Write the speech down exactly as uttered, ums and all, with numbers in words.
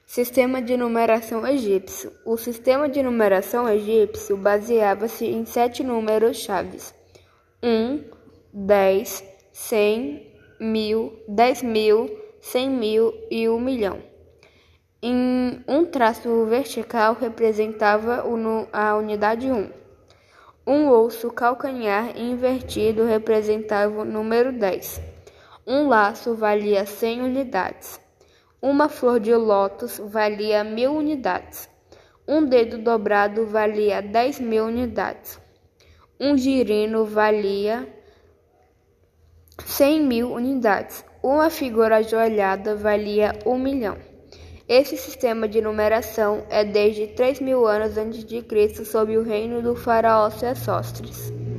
Sistema de numeração egípcio. O sistema de numeração egípcio baseava-se em sete números chaves: um, dez, cem, mil, dez mil, cem mil e um milhão. Em um traço vertical representava a unidade um. Um osso calcanhar invertido representava o número dez. Um laço valia cem unidades. Uma flor de lótus valia mil unidades. Um dedo dobrado valia dez mil unidades. Um girino valia cem mil unidades. Uma figura ajoelhada valia um milhão. Esse sistema de numeração é desde três mil anos antes de Cristo sob o reino do faraó Sesostris.